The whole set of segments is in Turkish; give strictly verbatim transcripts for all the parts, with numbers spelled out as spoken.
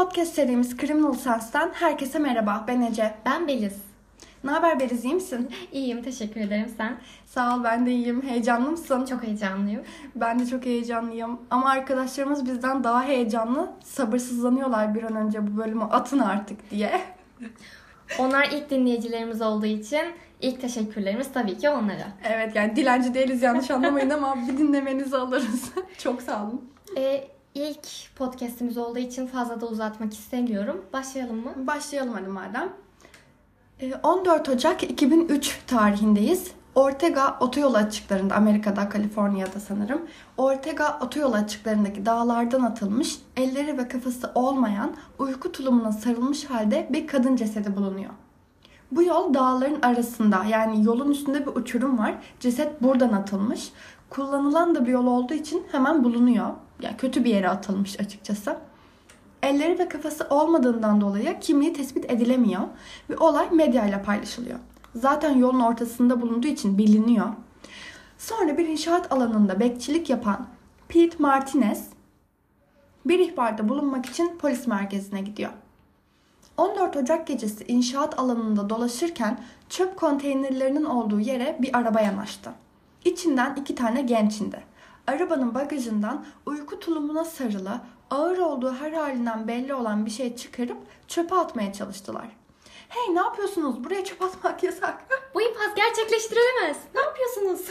Podcast serimiz Criminal Sense'den herkese merhaba. Ben Ece. Ben Beliz. Ne haber Beliz, iyi misin? İyiyim, teşekkür ederim. Sen? Sağ ol, ben de iyiyim. Heyecanlı mısın? Çok heyecanlıyım. Ben de çok heyecanlıyım. Ama arkadaşlarımız bizden daha heyecanlı. Sabırsızlanıyorlar bir an önce bu bölümü atın artık diye. Onlar ilk dinleyicilerimiz olduğu için ilk teşekkürlerimiz tabii ki onlara. Evet, yani dilenci değiliz, yanlış anlamayın ama bir dinlemenizi alırız. Çok sağ olun. Ee, ilk podcastimiz olduğu için fazla da uzatmak istemiyorum. Başlayalım mı? Başlayalım hadi madem. on dört Ocak iki bin üç tarihindeyiz. Ortega otoyolu açıklarında, Amerika'da, Kaliforniya'da sanırım. Ortega otoyolu açıklarındaki dağlardan atılmış, elleri ve kafası olmayan, uyku tulumuna sarılmış halde bir kadın cesedi bulunuyor. Bu yol dağların arasında, yani yolun üstünde bir uçurum var. Ceset buradan atılmış. Kullanılan da bir yol olduğu için hemen bulunuyor. Yani kötü bir yere atılmış açıkçası. Elleri ve kafası olmadığından dolayı kimliği tespit edilemiyor ve olay medyayla paylaşılıyor. Zaten yolun ortasında bulunduğu için biliniyor. Sonra bir inşaat alanında bekçilik yapan Pete Martinez bir ihbarda bulunmak için polis merkezine gidiyor. on dört Ocak gecesi inşaat alanında dolaşırken çöp konteynerlerinin olduğu yere bir araba yanaştı. İçinden iki tane genç indi. Arabanın bagajından uyku tulumuna sarılı, ağır olduğu her halinden belli olan bir şey çıkarıp çöpe atmaya çalıştılar. "Hey, ne yapıyorsunuz? Buraya çöp atmak yasak." Bu infaz gerçekleştirilemez. Ne yapıyorsunuz?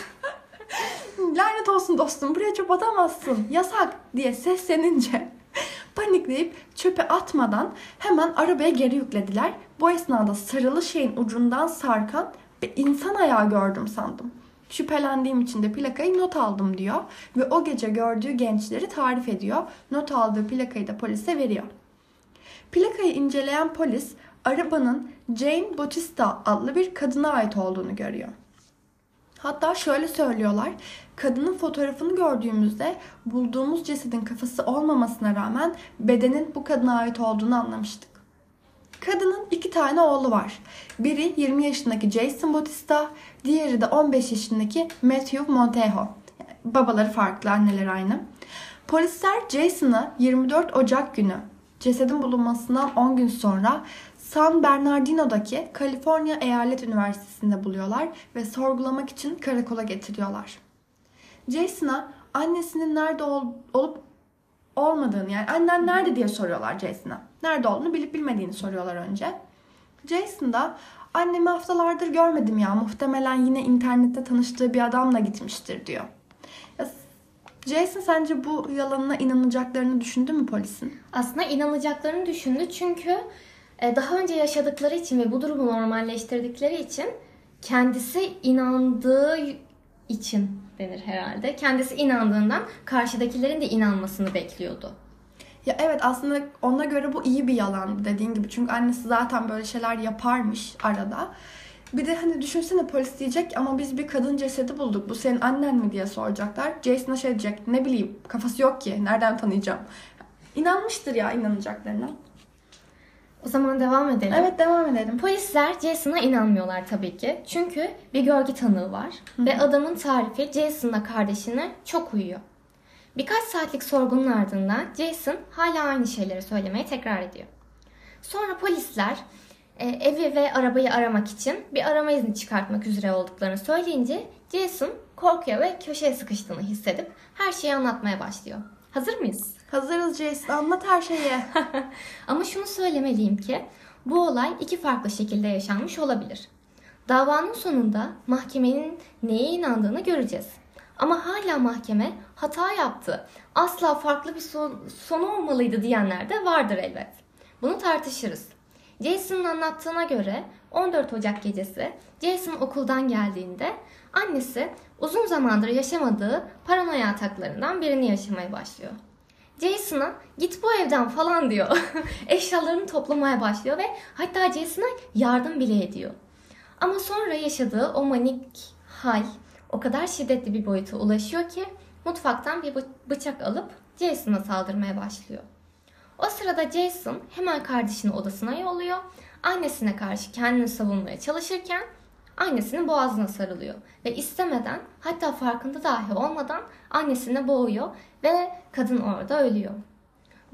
"Lanet olsun dostum, buraya çöp atamazsın. Yasak," diye seslenince panikleyip çöpe atmadan hemen arabaya geri yüklediler. Bu esnada sarılı şeyin ucundan sarkan bir insan ayağı gördüm sandım. Şüphelendiğim için de plakayı not aldım diyor ve o gece gördüğü gençleri tarif ediyor. Not aldığı plakayı da polise veriyor. Plakayı inceleyen polis arabanın Jane Bautista adlı bir kadına ait olduğunu görüyor. Hatta şöyle söylüyorlar, kadının fotoğrafını gördüğümüzde bulduğumuz cesedin kafası olmamasına rağmen bedenin bu kadına ait olduğunu anlamıştık. Kadının iki tane oğlu var. Biri yirmi yaşındaki Jason Bautista, diğeri de on beş yaşındaki Matthew Montejo. Yani babaları farklı, anneleri aynı. Polisler Jason'ı yirmi dört Ocak günü cesedin bulunmasından on gün sonra San Bernardino'daki Kaliforniya Eyalet Üniversitesi'nde buluyorlar ve sorgulamak için karakola getiriyorlar. Jason'a annesinin nerede ol- olup olmadığını, yani annen nerede diye soruyorlar Jason'a. Nerede olduğunu bilip bilmediğini soruyorlar önce. Jason da annemi haftalardır görmedim ya, muhtemelen yine internette tanıştığı bir adamla gitmiştir diyor. Ya, Jason sence bu yalanına inanacaklarını düşündü mü polisin? Aslında inanacaklarını düşündü çünkü daha önce yaşadıkları için ve bu durumu normalleştirdikleri için kendisi inandığı için denir herhalde. Kendisi inandığından karşıdakilerin de inanmasını bekliyordu. Ya evet, aslında ona göre bu iyi bir yalan dediğin gibi. Çünkü annesi zaten böyle şeyler yaparmış arada. Bir de hani düşünsene, polis diyecek ama biz bir kadın cesedi bulduk, bu senin annen mi diye soracaklar. Jason'a şey diyecek, ne bileyim, kafası yok ki, nereden tanıyacağım. İnanmıştır ya, inanacaklarına. O zaman devam edelim. Evet, devam edelim. Polisler Jason'a inanmıyorlar tabii ki. Çünkü bir görgü tanığı var. Hı-hı. Ve adamın tarifi Jason'la kardeşine çok uyuyor. Birkaç saatlik sorgunun ardından Jason hala aynı şeyleri söylemeye tekrar ediyor. Sonra polisler e, evi ve arabayı aramak için bir arama izni çıkartmak üzere olduklarını söyleyince Jason korkuyor ve köşeye sıkıştığını hissedip her şeyi anlatmaya başlıyor. Hazır mıyız? Hazırız Jason, anlat her şeyi. Ama şunu söylemeliyim ki bu olay iki farklı şekilde yaşanmış olabilir. Davanın sonunda mahkemenin neye inandığını göreceğiz. Ama hala mahkeme hata yaptı, asla farklı bir son, sonu olmalıydı diyenler de vardır elbet. Bunu tartışırız. Jason'ın anlattığına göre on dört Ocak gecesi Jason okuldan geldiğinde annesi uzun zamandır yaşamadığı paranoya ataklarından birini yaşamaya başlıyor. Jason'a git bu evden falan diyor. Eşyalarını toplamaya başlıyor ve hatta Jason'a yardım bile ediyor. Ama sonra yaşadığı o manik hal o kadar şiddetli bir boyuta ulaşıyor ki mutfaktan bir bıçak alıp Jason'a saldırmaya başlıyor. O sırada Jason hemen kardeşini odasına yolluyor. Annesine karşı kendini savunmaya çalışırken annesinin boğazına sarılıyor. Ve istemeden, hatta farkında dahi olmadan annesini boğuyor ve kadın orada ölüyor.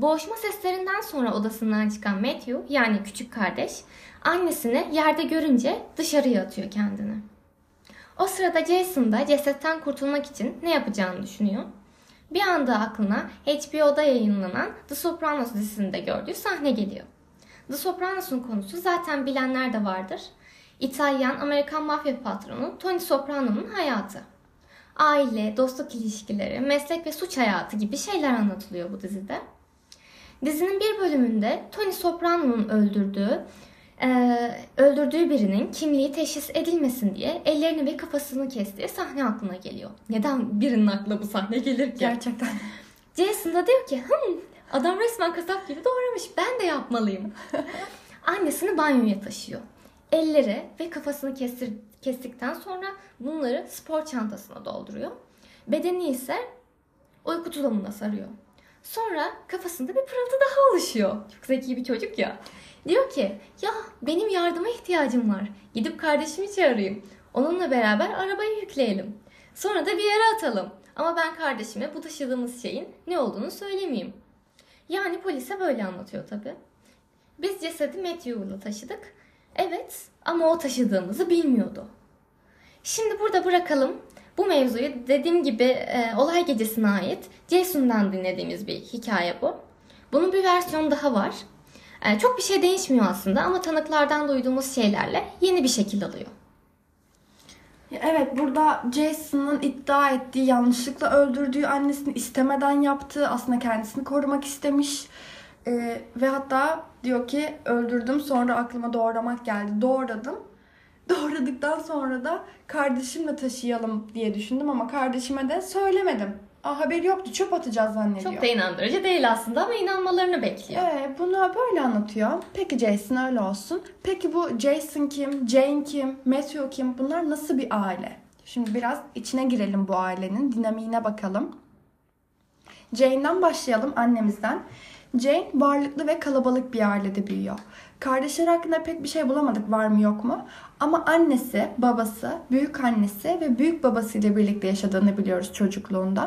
Boğuşma seslerinden sonra odasından çıkan Matthew, yani küçük kardeş, annesini yerde görünce dışarıya atıyor kendini. O sırada Jason da cesetten kurtulmak için ne yapacağını düşünüyor. Bir anda aklına H B O'da yayınlanan The Sopranos dizisinde gördüğü sahne geliyor. The Sopranos'un konusu zaten bilenler de vardır. İtalyan Amerikan mafya patronu Tony Soprano'nun hayatı. Aile, dostluk ilişkileri, meslek ve suç hayatı gibi şeyler anlatılıyor bu dizide. Dizinin bir bölümünde Tony Soprano'nun öldürdüğü, e, öldürdüğü birinin kimliği teşhis edilmesin diye ellerini ve kafasını kestiği sahne aklına geliyor. Neden birinin aklına bu sahne gelir ki? Gerçekten. Jason da diyor ki, Hım, adam resmen kasap gibi doğramış, ben de yapmalıyım. Annesini banyoya taşıyor. Elleri ve kafasını kestir, kestikten sonra bunları spor çantasına dolduruyor. Bedeni ise uyku tulumuna sarıyor. Sonra kafasında bir pırıltı daha oluşuyor. Çok zeki bir çocuk ya. Diyor ki, ya benim yardıma ihtiyacım var. Gidip kardeşimi çağırayım. Onunla beraber arabayı yükleyelim. Sonra da bir yere atalım. Ama ben kardeşime bu taşıdığımız şeyin ne olduğunu söylemeyeyim. Yani polise böyle anlatıyor tabii. Biz cesedi Matthew'la taşıdık. Evet, ama o taşıdığımızı bilmiyordu. Şimdi burada bırakalım. Bu mevzuyu dediğim gibi e, olay gecesine ait Jason'dan dinlediğimiz bir hikaye bu. Bunun bir versiyonu daha var. E, çok bir şey değişmiyor aslında ama tanıklardan duyduğumuz şeylerle yeni bir şekil alıyor. Evet, burada Jason'ın iddia ettiği, yanlışlıkla öldürdüğü, annesini istemeden yaptığı, aslında kendisini korumak istemiş. Ee, ve hatta diyor ki öldürdüm, sonra aklıma doğramak geldi. Doğradım. Doğradıktan sonra da kardeşimle taşıyalım diye düşündüm ama kardeşime de söylemedim. Aa, haberi yoktu, çöp atacağız zannediyor. Çok da inandırıcı değil aslında ama inanmalarını bekliyor. Evet, bunu böyle anlatıyor. Peki Jason öyle olsun. Peki bu Jason kim, Jane kim, Matthew kim? Bunlar nasıl bir aile? Şimdi biraz içine girelim bu ailenin, dinamiğine bakalım. Jane'den başlayalım, annemizden. Jane varlıklı ve kalabalık bir ailede büyüyor. Kardeşler hakkında pek bir şey bulamadık, var mı yok mu? Ama annesi, babası, büyük annesi ve büyük babasıyla birlikte yaşadığını biliyoruz çocukluğunda.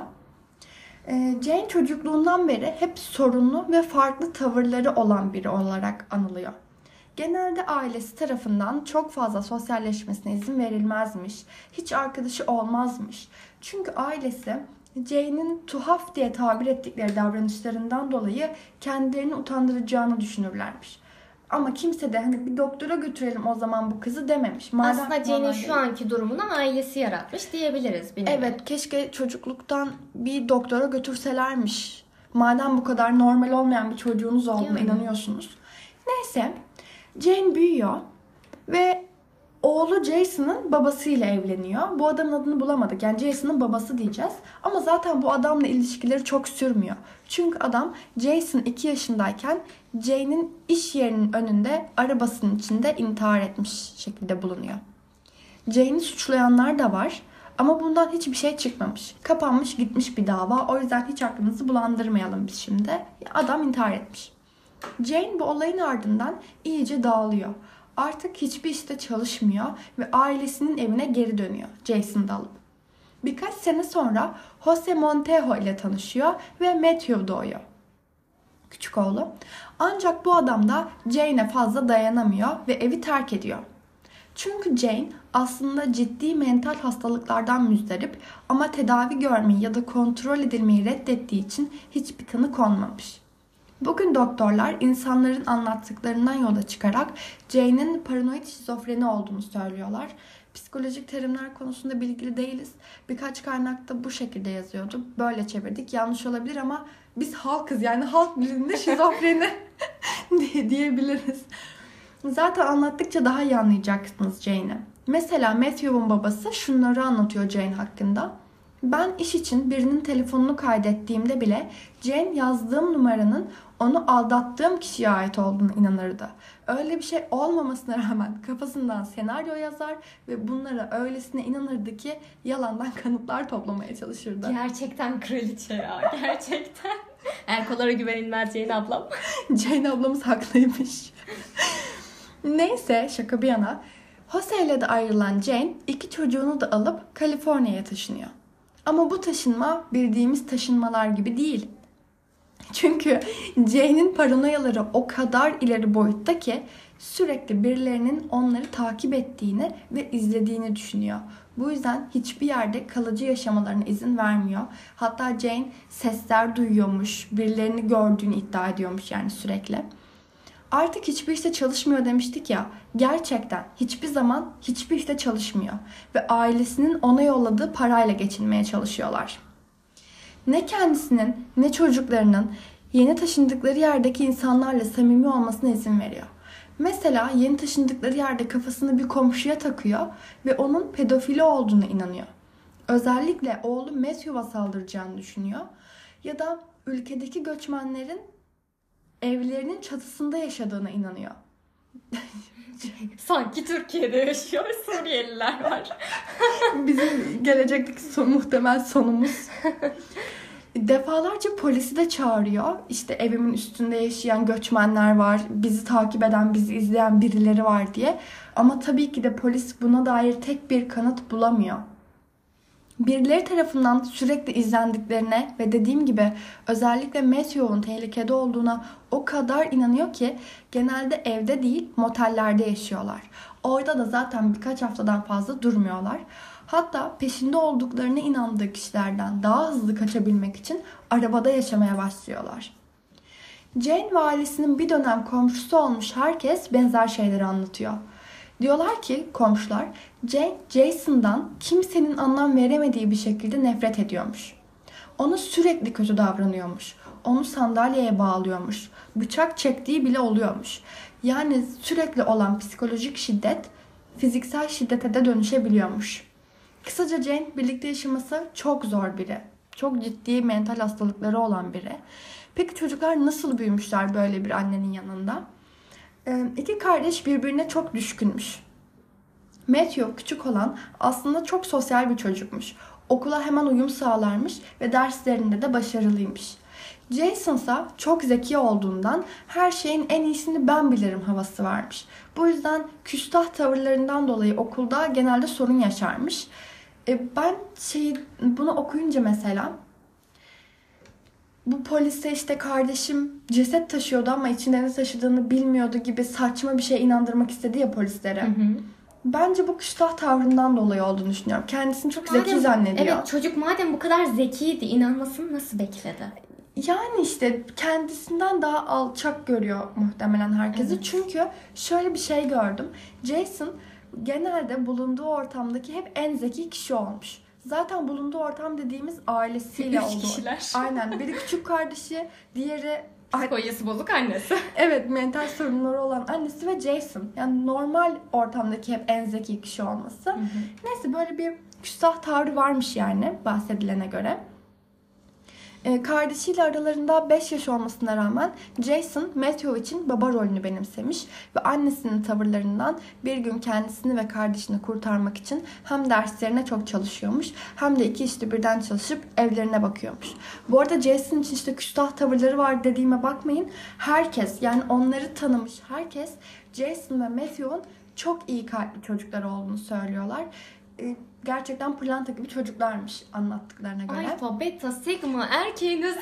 Jane çocukluğundan beri hep sorunlu ve farklı tavırları olan biri olarak anılıyor. Genelde ailesi tarafından çok fazla sosyalleşmesine izin verilmezmiş, hiç arkadaşı olmazmış. Çünkü ailesi Jane'in tuhaf diye tabir ettikleri davranışlarından dolayı kendilerini utandıracağını düşünürlermiş. Ama kimse de hani bir doktora götürelim o zaman bu kızı dememiş. Madem aslında Jane'in şu anki durumunu ailesi yaratmış diyebiliriz. Bilmiyorum. Evet, keşke çocukluktan bir doktora götürselermiş. Madem bu kadar normal olmayan bir çocuğunuz olduğuna inanıyorsunuz. Neyse, Jane büyüyor ve oğlu Jason'ın babasıyla evleniyor. Bu adamın adını bulamadık. Yani Jason'ın babası diyeceğiz. Ama zaten bu adamla ilişkileri çok sürmüyor. Çünkü adam Jason iki yaşındayken Jane'in iş yerinin önünde arabasının içinde intihar etmiş şekilde bulunuyor. Jane'i suçlayanlar da var. Ama bundan hiçbir şey çıkmamış. Kapanmış gitmiş bir dava. O yüzden hiç aklınızı bulandırmayalım biz şimdi. Adam intihar etmiş. Jane bu olayın ardından iyice dağılıyor. Artık hiçbir işte çalışmıyor ve ailesinin evine geri dönüyor Jason'ı da alıp. Birkaç sene sonra Jose Montejo ile tanışıyor ve Matthew doğuyor. Küçük oğlu. Ancak bu adam da Jane'e fazla dayanamıyor ve evi terk ediyor. Çünkü Jane aslında ciddi mental hastalıklardan müzdarip ama tedavi görmeyi ya da kontrol edilmeyi reddettiği için hiçbir tanı konmamış. Bugün doktorlar insanların anlattıklarından yola çıkarak Jane'in paranoid şizofreni olduğunu söylüyorlar. Psikolojik terimler konusunda bilgili değiliz. Birkaç kaynakta bu şekilde yazıyordu. Böyle çevirdik. Yanlış olabilir ama biz halkız, yani halk dilinde şizofreni diye diyebiliriz. Zaten anlattıkça daha iyi anlayacaksınız Jane'i. Mesela Matthew'un babası şunları anlatıyor Jane hakkında. Ben iş için birinin telefonunu kaydettiğimde bile Jane yazdığım numaranın onu aldattığım kişiye ait olduğunu inanırdı. Öyle bir şey olmamasına rağmen kafasından senaryo yazar ve bunlara öylesine inanırdı ki yalandan kanıtlar toplamaya çalışırdı. Gerçekten kraliçe ya, gerçekten. Erkolara güvenilmez Jane ablam. Jane ablamız haklıymış. Neyse, şaka bir yana. Jose ile de ayrılan Jane iki çocuğunu da alıp Kaliforniya'ya taşınıyor. Ama bu taşınma bildiğimiz taşınmalar gibi değil. Çünkü Jane'in paranoyaları o kadar ileri boyutta ki sürekli birilerinin onları takip ettiğini ve izlediğini düşünüyor. Bu yüzden hiçbir yerde kalıcı yaşamalarına izin vermiyor. Hatta Jane sesler duyuyormuş, birilerini gördüğünü iddia ediyormuş yani sürekli. Artık hiçbir işte çalışmıyor demiştik ya. Gerçekten hiçbir zaman hiçbir işte çalışmıyor. Ve ailesinin ona yolladığı parayla geçinmeye çalışıyorlar. Ne kendisinin ne çocuklarının yeni taşındıkları yerdeki insanlarla samimi olmasına izin veriyor. Mesela yeni taşındıkları yerde kafasını bir komşuya takıyor ve onun pedofili olduğuna inanıyor. Özellikle oğlu Matthew'a saldıracağını düşünüyor. Ya da ülkedeki göçmenlerin evlerinin çatısında yaşadığına inanıyor. Sanki Türkiye'de yaşıyor, Suriyeliler var. Bizim gelecekteki son, muhtemel sonumuz. Defalarca polisi de çağırıyor. İşte evimin üstünde yaşayan göçmenler var, bizi takip eden, bizi izleyen birileri var diye. Ama tabii ki de polis buna dair tek bir kanıt bulamıyor. Birileri tarafından sürekli izlendiklerine ve dediğim gibi özellikle Matthew'un tehlikede olduğuna o kadar inanıyor ki genelde evde değil motellerde yaşıyorlar. Orada da zaten birkaç haftadan fazla durmuyorlar. Hatta peşinde olduklarına inandığı kişilerden daha hızlı kaçabilmek için arabada yaşamaya başlıyorlar. Jane ve ailesinin bir dönem komşusu olmuş herkes benzer şeyleri anlatıyor. Diyorlar ki komşular, Jane Jason'dan kimsenin anlam veremediği bir şekilde nefret ediyormuş. Ona sürekli kötü davranıyormuş. Onu sandalyeye bağlıyormuş. Bıçak çektiği bile oluyormuş. Yani sürekli olan psikolojik şiddet fiziksel şiddete de dönüşebiliyormuş. Kısaca Jane birlikte yaşaması çok zor biri. Çok ciddi mental hastalıkları olan biri. Peki çocuklar nasıl büyümüşler böyle bir annenin yanında? Ee, iki kardeş birbirine çok düşkünmüş. Matthew küçük olan aslında çok sosyal bir çocukmuş. Okula hemen uyum sağlarmış ve derslerinde de başarılıymış. Jason ise çok zeki olduğundan her şeyin en iyisini ben bilirim havası varmış. Bu yüzden küstah tavırlarından dolayı okulda genelde sorun yaşarmış. E, ben şey bunu okuyunca mesela bu polise işte kardeşim ceset taşıyordu ama içinde ne taşıdığını bilmiyordu gibi saçma bir şey inandırmak istedi ya polislere. Hı hı. Bence bu küstah tavrından dolayı olduğunu düşünüyorum. Kendisini çok madem, zeki zannediyor. Evet, çocuk madem bu kadar zekiydi, inanmasını nasıl bekledi? Yani işte kendisinden daha alçak görüyor muhtemelen herkesi. Evet. Çünkü şöyle bir şey gördüm. Jason genelde bulunduğu ortamdaki hep en zeki kişi olmuş. Zaten bulunduğu ortam dediğimiz ailesiyle oldu. Üç kişiler. Aynen. Biri küçük kardeşi, diğeri psikolojisi bozuk annesi. Evet, mental sorunları olan annesi ve Jason. Yani normal ortamdaki hep en zeki kişi olması. Hı hı. Neyse böyle bir küstah tavrı varmış yani bahsedilene göre. Ee, kardeşiyle aralarında beş yaş olmasına rağmen Jason Matthew için baba rolünü benimsemiş ve annesinin tavırlarından bir gün kendisini ve kardeşini kurtarmak için hem derslerine çok çalışıyormuş hem de iki işte birden çalışıp evlerine bakıyormuş. Bu arada Jason için işte küstah tavırları var dediğime bakmayın. Herkes, yani onları tanımış herkes Jason ve Matthew'un çok iyi kalpli çocuklar olduğunu söylüyorlar. Gerçekten pırlanta gibi çocuklarmış anlattıklarına göre. Alfa, beta, sigma, erkeğiniz.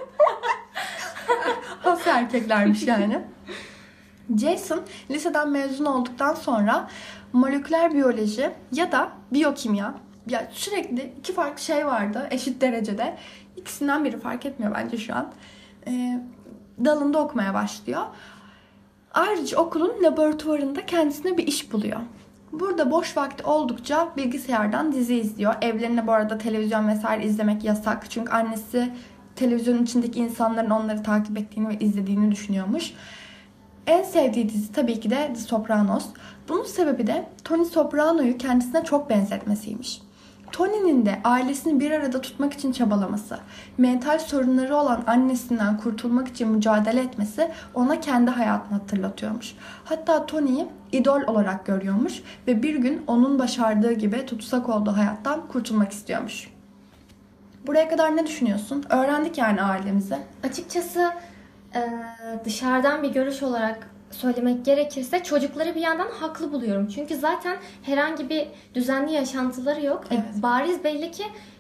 Has erkeklermiş yani. Jason liseden mezun olduktan sonra moleküler biyoloji ya da biyokimya, ya sürekli iki farklı şey vardı eşit derecede. İkisinden biri fark etmiyor bence şu an. Ee, dalında okumaya başlıyor. Ayrıca okulun laboratuvarında kendisine bir iş buluyor. Burada boş vakti oldukça bilgisayardan dizi izliyor. Evlerine bu arada televizyon vesaire izlemek yasak. Çünkü annesi televizyonun içindeki insanların onları takip ettiğini ve izlediğini düşünüyormuş. En sevdiği dizi tabii ki de The Sopranos. Bunun sebebi de Tony Soprano'yu kendisine çok benzetmesiymiş. Tony'nin de ailesini bir arada tutmak için çabalaması, mental sorunları olan annesinden kurtulmak için mücadele etmesi ona kendi hayatını hatırlatıyormuş. Hatta Tony'yi idol olarak görüyormuş ve bir gün onun başardığı gibi tutsak olduğu hayattan kurtulmak istiyormuş. Buraya kadar ne düşünüyorsun? Öğrendik yani ailemizi. Açıkçası dışarıdan bir görüş olarak söylemek gerekirse çocukları bir yandan haklı buluyorum. Çünkü zaten herhangi bir düzenli yaşantıları yok. Evet. E, bariz belli ki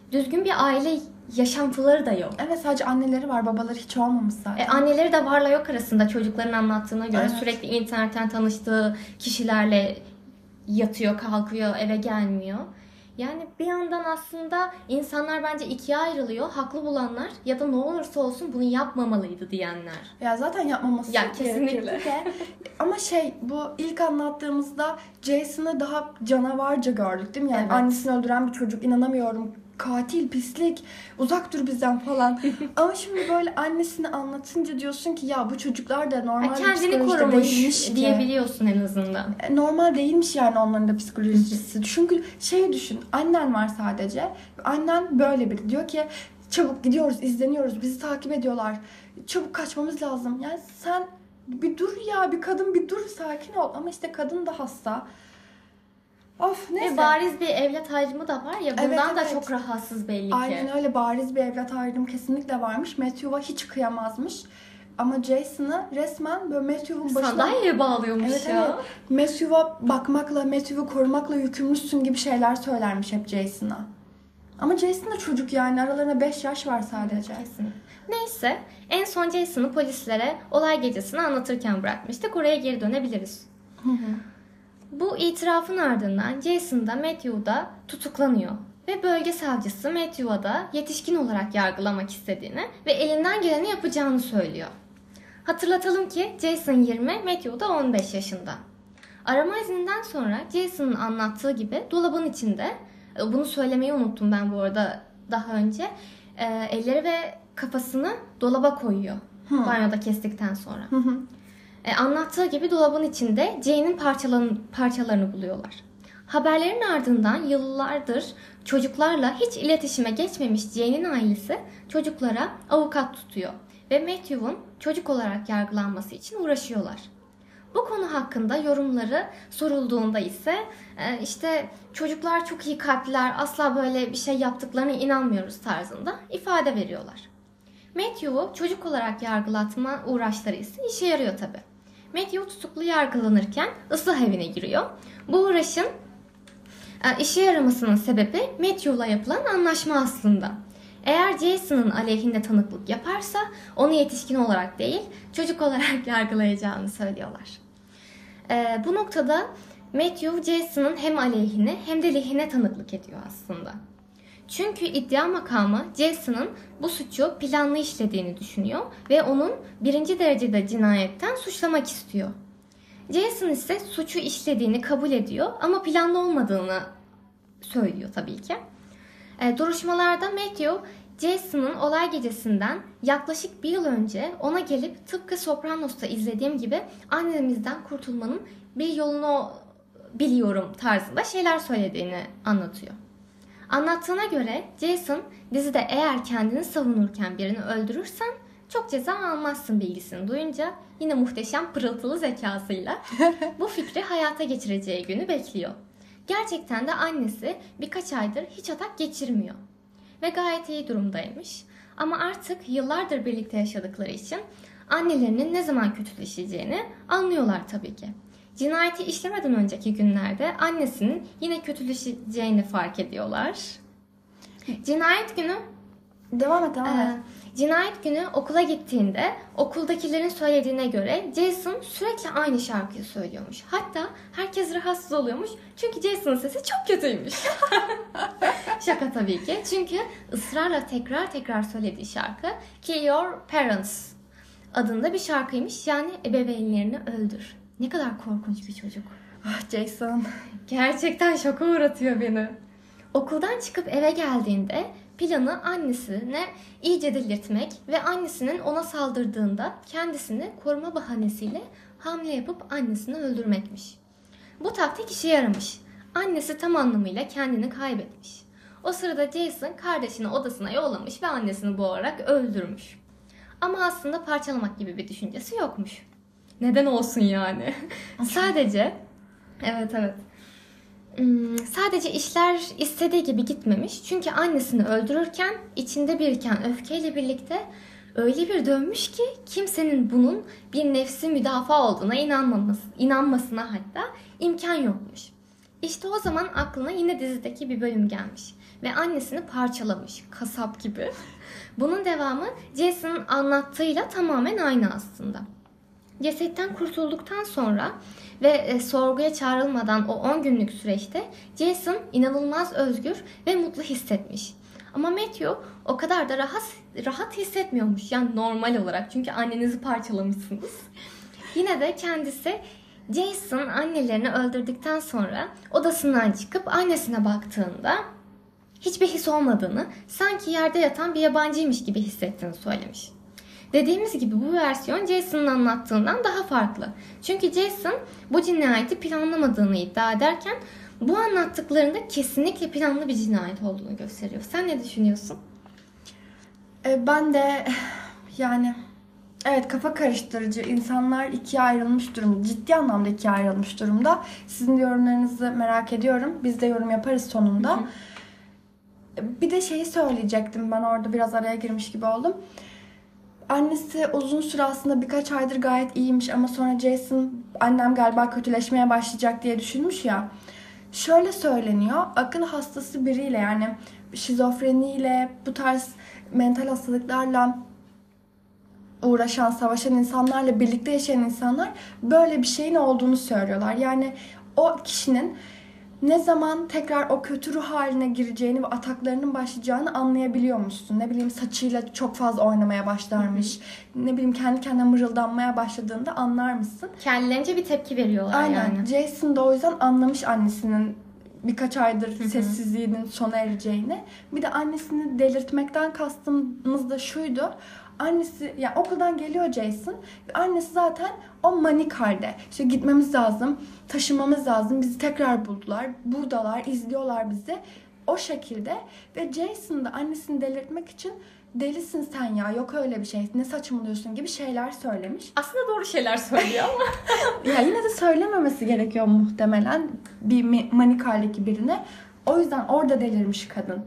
düzgün bir aile yaşantıları da yok. Evet, sadece anneleri var, babaları hiç olmamış zaten. E, anneleri de varla yok arasında çocukların anlattığına göre. Evet. Sürekli internetten tanıştığı kişilerle yatıyor, kalkıyor, eve gelmiyor. Yani bir yandan aslında insanlar bence ikiye ayrılıyor. Haklı bulanlar ya da ne olursa olsun bunu yapmamalıydı diyenler. Ya zaten yapmaması Ya gerekirdi kesinlikle. de. Ama şey, bu ilk anlattığımızda Jason'ı daha canavarca gördük değil mi? Yani Evet. annesini öldüren bir çocuk, inanamıyorum. Katil, pislik, uzak dur bizden falan. Ama şimdi böyle annesini anlatınca diyorsun ki ya bu çocuklar da normal Ya bir kendini psikolojide korumuş değilmiş ki. diyebiliyorsun en azından. E, Normal değilmiş yani onların da psikolojisi. Çünkü şey düşün, annen var sadece. Annen böyle biri. Diyor ki çabuk gidiyoruz, izleniyoruz, bizi takip ediyorlar. Çabuk kaçmamız lazım. Yani sen bir dur ya, bir kadın bir dur, sakin ol. Ama işte kadın da hasta. Of neyse. Ve bariz bir evlat ayrımı da var ya, bundan Evet, da evet. çok rahatsız belli ki. Aynen öyle, bariz bir evlat ayrımı kesinlikle varmış. Matthew'a hiç kıyamazmış. Ama Jason'ı resmen böyle Matthew'un başına... Sandalyeye bağlıyormuş Evet, ya. evet. Matthew'a bakmakla, Matthew'u korumakla yükümlüsün gibi şeyler söylermiş hep Jason'a. Ama Jason da çocuk yani. Aralarında beş yaş var sadece. Kesin. Neyse, en son Jason'ı polislere olay gecesini anlatırken bırakmıştık. Oraya geri dönebiliriz. Hı hı. Bu itirafın ardından Jason da Matthew da tutuklanıyor. Ve bölge savcısı Matthew'a da yetişkin olarak yargılamak istediğini ve elinden geleni yapacağını söylüyor. Hatırlatalım ki Jason yirmi, Matthew da on beş yaşında. Arama izninden sonra Jason'ın anlattığı gibi dolabın içinde, bunu söylemeyi unuttum ben bu arada daha önce, e, elleri ve kafasını dolaba koyuyor. Hı. Banyoda kestikten sonra. Hı hı. E, anlattığı gibi dolabın içinde Jane'in parçalarını, parçalarını buluyorlar. Haberlerin ardından yıllardır çocuklarla hiç iletişime geçmemiş Jane'in ailesi çocuklara avukat tutuyor ve Matthew'un çocuk olarak yargılanması için uğraşıyorlar. Bu konu hakkında yorumları sorulduğunda ise e, işte çocuklar çok iyi kalpliler, asla böyle bir şey yaptıklarına inanmıyoruz tarzında ifade veriyorlar. Matthew'u çocuk olarak yargılatma uğraşları ise işe yarıyor tabi. Matthew tutuklu yargılanırken ıslah evine giriyor. Bu uğraşın e, işe yaramasının sebebi Matthew'la yapılan anlaşma aslında. Eğer Jason'ın aleyhinde tanıklık yaparsa onu yetişkin olarak değil çocuk olarak yargılayacağını söylüyorlar. E, bu noktada Matthew Jason'ın hem aleyhine hem de lehine tanıklık ediyor aslında. Çünkü iddia makamı Jason'ın bu suçu planlı işlediğini düşünüyor ve onun birinci derecede cinayetten suçlamak istiyor. Jason ise suçu işlediğini kabul ediyor ama planlı olmadığını söylüyor tabii ki. E, duruşmalarda Matthew, Jason'ın olay gecesinden yaklaşık bir yıl önce ona gelip tıpkı Sopranos'ta izlediğim gibi annemizden kurtulmanın bir yolunu biliyorum tarzında şeyler söylediğini anlatıyor. Anlattığına göre Jason dizide eğer kendini savunurken birini öldürürsen çok ceza almazsın bilgisini duyunca yine muhteşem pırıltılı zekasıyla bu fikri hayata geçireceği günü bekliyor. Gerçekten de annesi birkaç aydır hiç atak geçirmiyor ve gayet iyi durumdaymış. Ama artık yıllardır birlikte yaşadıkları için annelerinin ne zaman kötüleşeceğini anlıyorlar tabii ki. Cinayeti işlemeden önceki günlerde annesinin yine kötüleşeceğini fark ediyorlar. Cinayet günü Devam et, devam et. e, cinayet günü okula gittiğinde okuldakilerin söylediğine göre Jason sürekli aynı şarkıyı söylüyormuş. Hatta herkes rahatsız oluyormuş çünkü Jason'ın sesi çok kötüymüş. Şaka tabii ki. Çünkü ısrarla tekrar tekrar söylediği şarkı Kill Your Parents adında bir şarkıymış. Yani ebeveynlerini öldür. Ne kadar korkunç bir çocuk. Ah Jason. Gerçekten şoka uğratıyor beni. Okuldan çıkıp eve geldiğinde planı annesine iyice delirtmek ve annesinin ona saldırdığında kendisini koruma bahanesiyle hamle yapıp annesini öldürmekmiş. Bu taktik işe yaramış. Annesi tam anlamıyla kendini kaybetmiş. O sırada Jason kardeşini odasına yollamış ve annesini boğarak öldürmüş. Ama aslında parçalamak gibi bir düşüncesi yokmuş. Neden olsun yani? Sadece, evet evet. Hmm, sadece işler istediği gibi gitmemiş. Çünkü annesini öldürürken içinde biriken öfkeyle birlikte öyle bir dönmüş ki kimsenin bunun bir nefsi müdafaa olduğuna inanmaması, inanmasına hatta imkan yokmuş. İşte o zaman aklına yine dizideki bir bölüm gelmiş ve annesini parçalamış, kasap gibi. Bunun devamı Jason'ın anlattığıyla tamamen aynı aslında. Cesetten kurtulduktan sonra ve e, sorguya çağrılmadan o on günlük süreçte Jason inanılmaz özgür ve mutlu hissetmiş. Ama Matthew o kadar da rahat rahat hissetmiyormuş. Yani normal olarak, çünkü annenizi parçalamışsınız. Yine de kendisi Jason annelerini öldürdükten sonra odasından çıkıp annesine baktığında hiçbir his olmadığını, sanki yerde yatan bir yabancıymış gibi hissettiğini söylemiş. Dediğimiz gibi bu versiyon Jason'ın anlattığından daha farklı. Çünkü Jason bu cinayeti planlamadığını iddia ederken bu anlattıklarında kesinlikle planlı bir cinayet olduğunu gösteriyor. Sen ne düşünüyorsun? E, ben de yani evet, kafa karıştırıcı. İnsanlar ikiye ayrılmış durumda. Ciddi anlamda ikiye ayrılmış durumda. Sizin de yorumlarınızı merak ediyorum. Biz de yorum yaparız sonunda. Hı hı. Bir de şeyi söyleyecektim. Ben orada biraz araya girmiş gibi oldum. Annesi uzun süre aslında birkaç aydır gayet iyiymiş ama sonra Jason annem galiba kötüleşmeye başlayacak diye düşünmüş ya. Şöyle söyleniyor. Akıl hastası biriyle, yani şizofreniyle, bu tarz mental hastalıklarla uğraşan, savaşan insanlarla birlikte yaşayan insanlar böyle bir şeyin olduğunu söylüyorlar. Yani o kişinin ne zaman tekrar o kötü ruh haline gireceğini ve ataklarının başlayacağını anlayabiliyormuşsun. Ne bileyim, saçıyla çok fazla oynamaya başlarmış. Hı-hı. Ne bileyim, kendi kendine mırıldanmaya başladığında anlar mısın? Kendilerince bir tepki veriyorlar. Aynen. Yani. Jason da o yüzden anlamış annesinin birkaç aydır Hı-hı. sessizliğinin sona ereceğini. Bir de annesini delirtmekten kastımız da şuydu. Annesi, yani okuldan geliyor Jason. Annesi zaten o manik halde. İşte gitmemiz lazım, taşınmamız lazım. Bizi tekrar buldular. Buradalar, izliyorlar bizi. O şekilde. Ve Jason da annesini delirtmek için delisin sen ya, yok öyle bir şey, ne saçmalıyorsun gibi şeyler söylemiş. Aslında doğru şeyler söylüyor ama. Ya yine de söylememesi gerekiyor muhtemelen bir manik haldeki birine. O yüzden orada delirmiş kadın.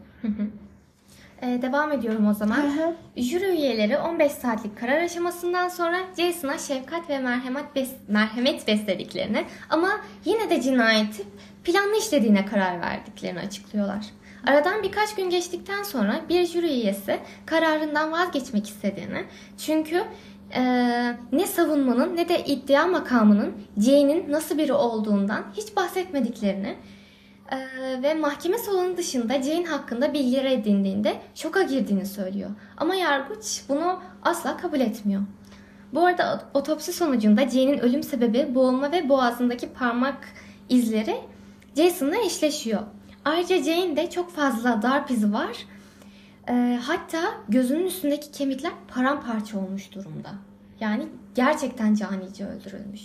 Ee, devam ediyorum o zaman. Hı hı. Jüri üyeleri on beş saatlik karar aşamasından sonra Jason'a şefkat ve merhamet, bes- merhamet beslediklerini ama yine de cinayeti planlı işlediğine karar verdiklerini açıklıyorlar. Aradan birkaç gün geçtikten sonra bir jüri üyesi kararından vazgeçmek istediğini, çünkü e, ne savunmanın ne de iddia makamının Jane'in nasıl biri olduğundan hiç bahsetmediklerini Ee, ve mahkeme salonu dışında Jane hakkında bilgiler edindiğinde şoka girdiğini söylüyor. Ama yargıç bunu asla kabul etmiyor. Bu arada otopsi sonucunda Jane'in ölüm sebebi boğulma ve boğazındaki parmak izleri Jason'la eşleşiyor. Ayrıca Jane'de çok fazla darp izi var. Ee, hatta gözünün üstündeki kemikler paramparça olmuş durumda. Yani gerçekten canice öldürülmüş.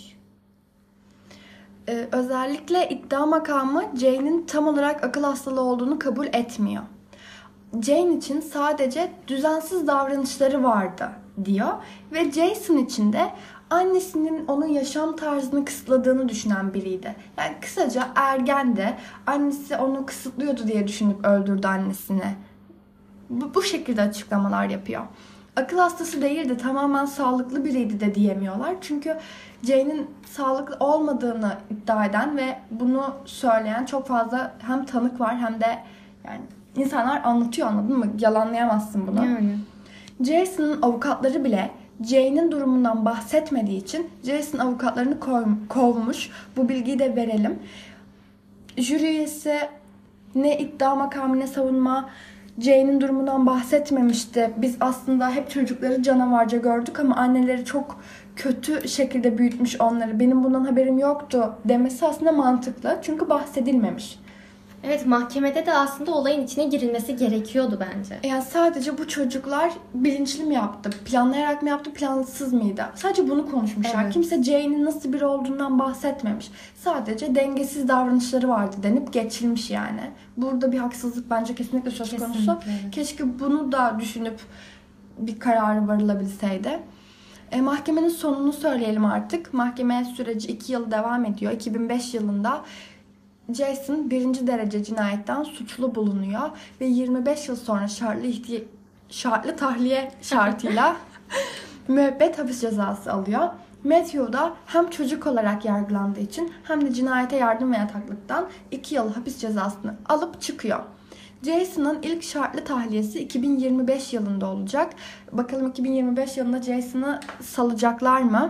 Ee, özellikle iddia makamı Jane'in tam olarak akıl hastalığı olduğunu kabul etmiyor. Jane için sadece düzensiz davranışları vardı diyor ve Jason için de annesinin onun yaşam tarzını kısıtladığını düşünen biriydi. Yani kısaca ergendi. Annesi onu kısıtlıyordu diye düşünüp öldürdü annesini. Bu, bu şekilde açıklamalar yapıyor. Akıl hastası değildi, tamamen sağlıklı biriydi de diyemiyorlar. Çünkü Jane'in sağlıklı olmadığını iddia eden ve bunu söyleyen çok fazla hem tanık var hem de yani insanlar anlatıyor, anladın mı? Yalanlayamazsın bunu. Yani. Jason'ın avukatları bile Jane'in durumundan bahsetmediği için Jason avukatlarını kovmuş. Bu bilgiyi de verelim. Jüri üyesi ne iddia makamı ne savunma Jane'in durumundan bahsetmemişti. Biz aslında hep çocukları canavarca gördük ama anneleri çok kötü şekilde büyütmüş onları. Benim bundan haberim yoktu demesi aslında mantıklı. Çünkü bahsedilmemiş. Evet, mahkemede de aslında olayın içine girilmesi gerekiyordu bence. Yani sadece bu çocuklar bilinçli mi yaptı? Planlayarak mı yaptı? Plansız mıydı? Sadece bunu konuşmuşlar. Evet. Kimse Jane'in nasıl biri olduğundan bahsetmemiş. Sadece dengesiz davranışları vardı denip geçilmiş yani. Burada bir haksızlık bence kesinlikle söz konusu. Kesinlikle, evet. Keşke bunu da düşünüp bir kararı varılabilseydi. E, mahkemenin sonunu söyleyelim artık. Mahkeme süreci iki yıl devam ediyor. iki bin beş yılında Jason birinci derece cinayetten suçlu bulunuyor ve yirmi beş yıl sonra şartlı ihti- şartlı tahliye şartıyla müebbet hapis cezası alıyor. Matthew da hem çocuk olarak yargılandığı için hem de cinayete yardım ve yataklıktan iki yıl hapis cezasını alıp çıkıyor. Jason'ın ilk şartlı tahliyesi iki bin yirmi beş yılında olacak. Bakalım iki bin yirmi beş yılında Jason'ı salacaklar mı?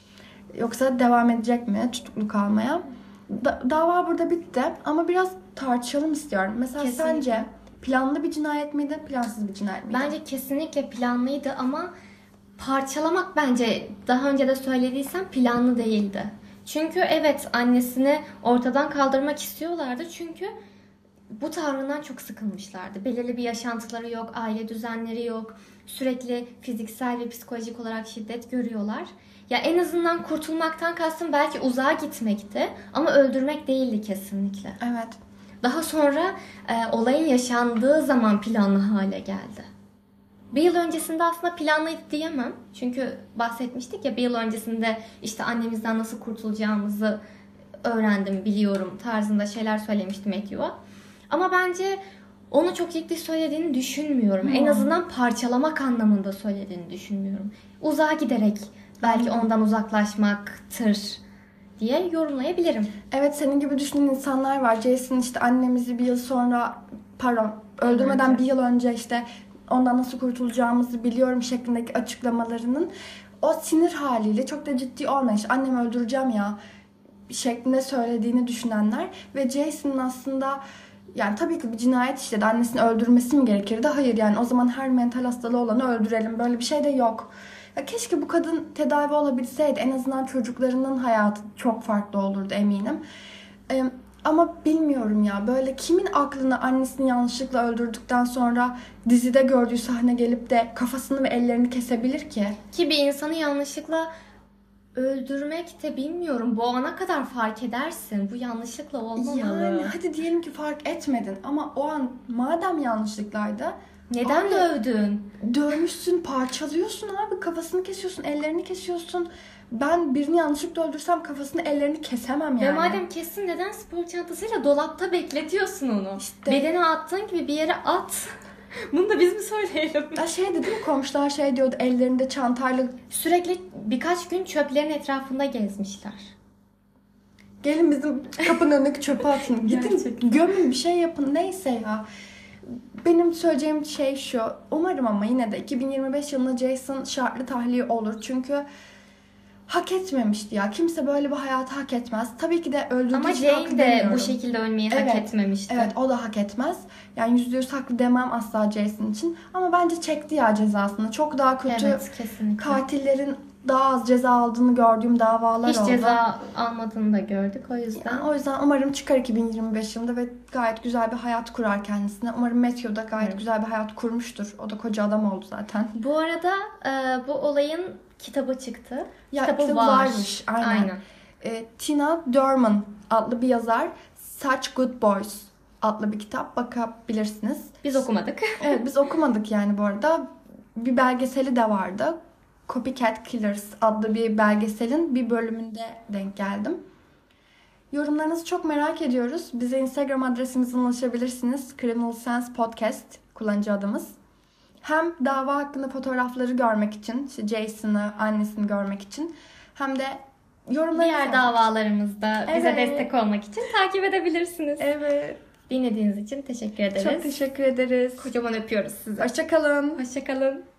Yoksa devam edecek mi tutuklu kalmaya? Da- dava burada bitti ama biraz tartışalım istiyorum. Mesela Kesinlikle. sence planlı bir cinayet miydi, plansız bir cinayet miydi? Bence kesinlikle planlıydı ama parçalamak bence daha önce de söylediysem planlı değildi. Çünkü evet annesini ortadan kaldırmak istiyorlardı çünkü bu tavrından çok sıkılmışlardı. Belirli bir yaşantıları yok, aile düzenleri yok. Sürekli fiziksel ve psikolojik olarak şiddet görüyorlar. Ya en azından kurtulmaktan kastım belki uzağa gitmekti ama öldürmek değildi kesinlikle. Evet. Daha sonra e, olayın yaşandığı zaman planlı hale geldi. Bir yıl öncesinde aslında planlıydı diyemem. Çünkü bahsetmiştik ya bir yıl öncesinde işte annemizden nasıl kurtulacağımızı öğrendim, biliyorum tarzında şeyler söylemiştim Matthew'a. Ama bence onu çok ciddi söylediğini düşünmüyorum. Hmm. En azından parçalamak anlamında söylediğini düşünmüyorum. Uzağa giderek belki Hmm. ondan uzaklaşmaktır diye yorumlayabilirim. Evet, senin gibi düşünen insanlar var. Jason işte annemizi bir yıl sonra, pardon, öldürmeden Evet. bir yıl önce işte ondan nasıl kurtulacağımızı biliyorum şeklindeki açıklamalarının o sinir haliyle çok da ciddi olmayan, işte annemi öldüreceğim ya şeklinde söylediğini düşünenler ve Jason'ın aslında yani tabii ki bir cinayet işledi. Annesini öldürmesi mi gerekirdi? Hayır, yani o zaman her mental hastalığı olanı öldürelim. Böyle bir şey de yok. Ya keşke bu kadın tedavi olabilseydi. En azından çocuklarının hayatı çok farklı olurdu eminim. Ee, ama bilmiyorum ya. Böyle kimin aklını annesini yanlışlıkla öldürdükten sonra dizide gördüğü sahne gelip de kafasını ve ellerini kesebilir ki? Ki bir insanı yanlışlıkla öldürmek de bilmiyorum. Boğana kadar fark edersin. Bu yanlışlıkla olmamalı. Yani hadi diyelim ki fark etmedin ama o an madem yanlışlıklaydı, Neden Abi, dövdün? dövmüşsün, parçalıyorsun abi. Kafasını kesiyorsun, ellerini kesiyorsun. Ben birini yanlışlıkla öldürsem kafasını, ellerini kesemem yani. Ve madem kesin neden spor çantasıyla dolapta bekletiyorsun onu? İşte. Bedene attığın gibi bir yere at. Bunu da biz mi söyleyelim? Ya şey dedi mi, komşular şey diyordu, ellerinde çantayla Sürekli birkaç gün çöplerin etrafında gezmişler. gelin bizim kapının önündeki çöpe atın. Gidin Gerçekten. gömün, bir şey yapın, neyse ya. Benim söyleyeceğim şey şu. Umarım ama yine de iki bin yirmi beş yılında Jason şartlı tahliye olur. Çünkü hak etmemişti ya. Kimse böyle bir hayatı hak etmez. Tabii ki de öldürdüğü Ama için haklı Jane de demiyorum. bu şekilde ölmeyi Evet, hak etmemişti. Evet, o da hak etmez. Yani yüzde yüz haklı demem asla Jason için. Ama bence çekti ya cezasını. Çok daha kötü Evet, kesinlikle. katillerin daha az ceza aldığını gördüğüm davalar Hiç oldu. ceza almadığını da gördük o yüzden. Yani o yüzden umarım çıkar iki bin yirmi beş yılında ve gayet güzel bir hayat kurar kendisine. Umarım Matthew da gayet Evet. güzel bir hayat kurmuştur. O da koca adam oldu zaten. Bu arada e, bu olayın kitabı çıktı. Ya, kitabı kitabı var. varmış, aynen. Aynen. E, Tina Durman adlı bir yazar Such Good Boys adlı bir kitap, bakabilirsiniz. Biz okumadık. Evet, biz okumadık yani bu arada. Bir belgeseli de vardı. Copycat Killers adlı bir belgeselin bir bölümünde denk geldim. Yorumlarınızı çok merak ediyoruz. Bize Instagram adresimizden ulaşabilirsiniz. Criminal Sense Podcast kullanıcı adımız. Hem dava hakkında fotoğrafları görmek için, işte Jason'ı, annesini görmek için, hem de yorumları... Diğer davalarımızda bize Evet. destek olmak için takip edebilirsiniz. Evet. Dinlediğiniz için teşekkür ederiz. Çok teşekkür ederiz. Kocaman öpüyoruz sizi. Hoşça kalın. Hoşçakalın.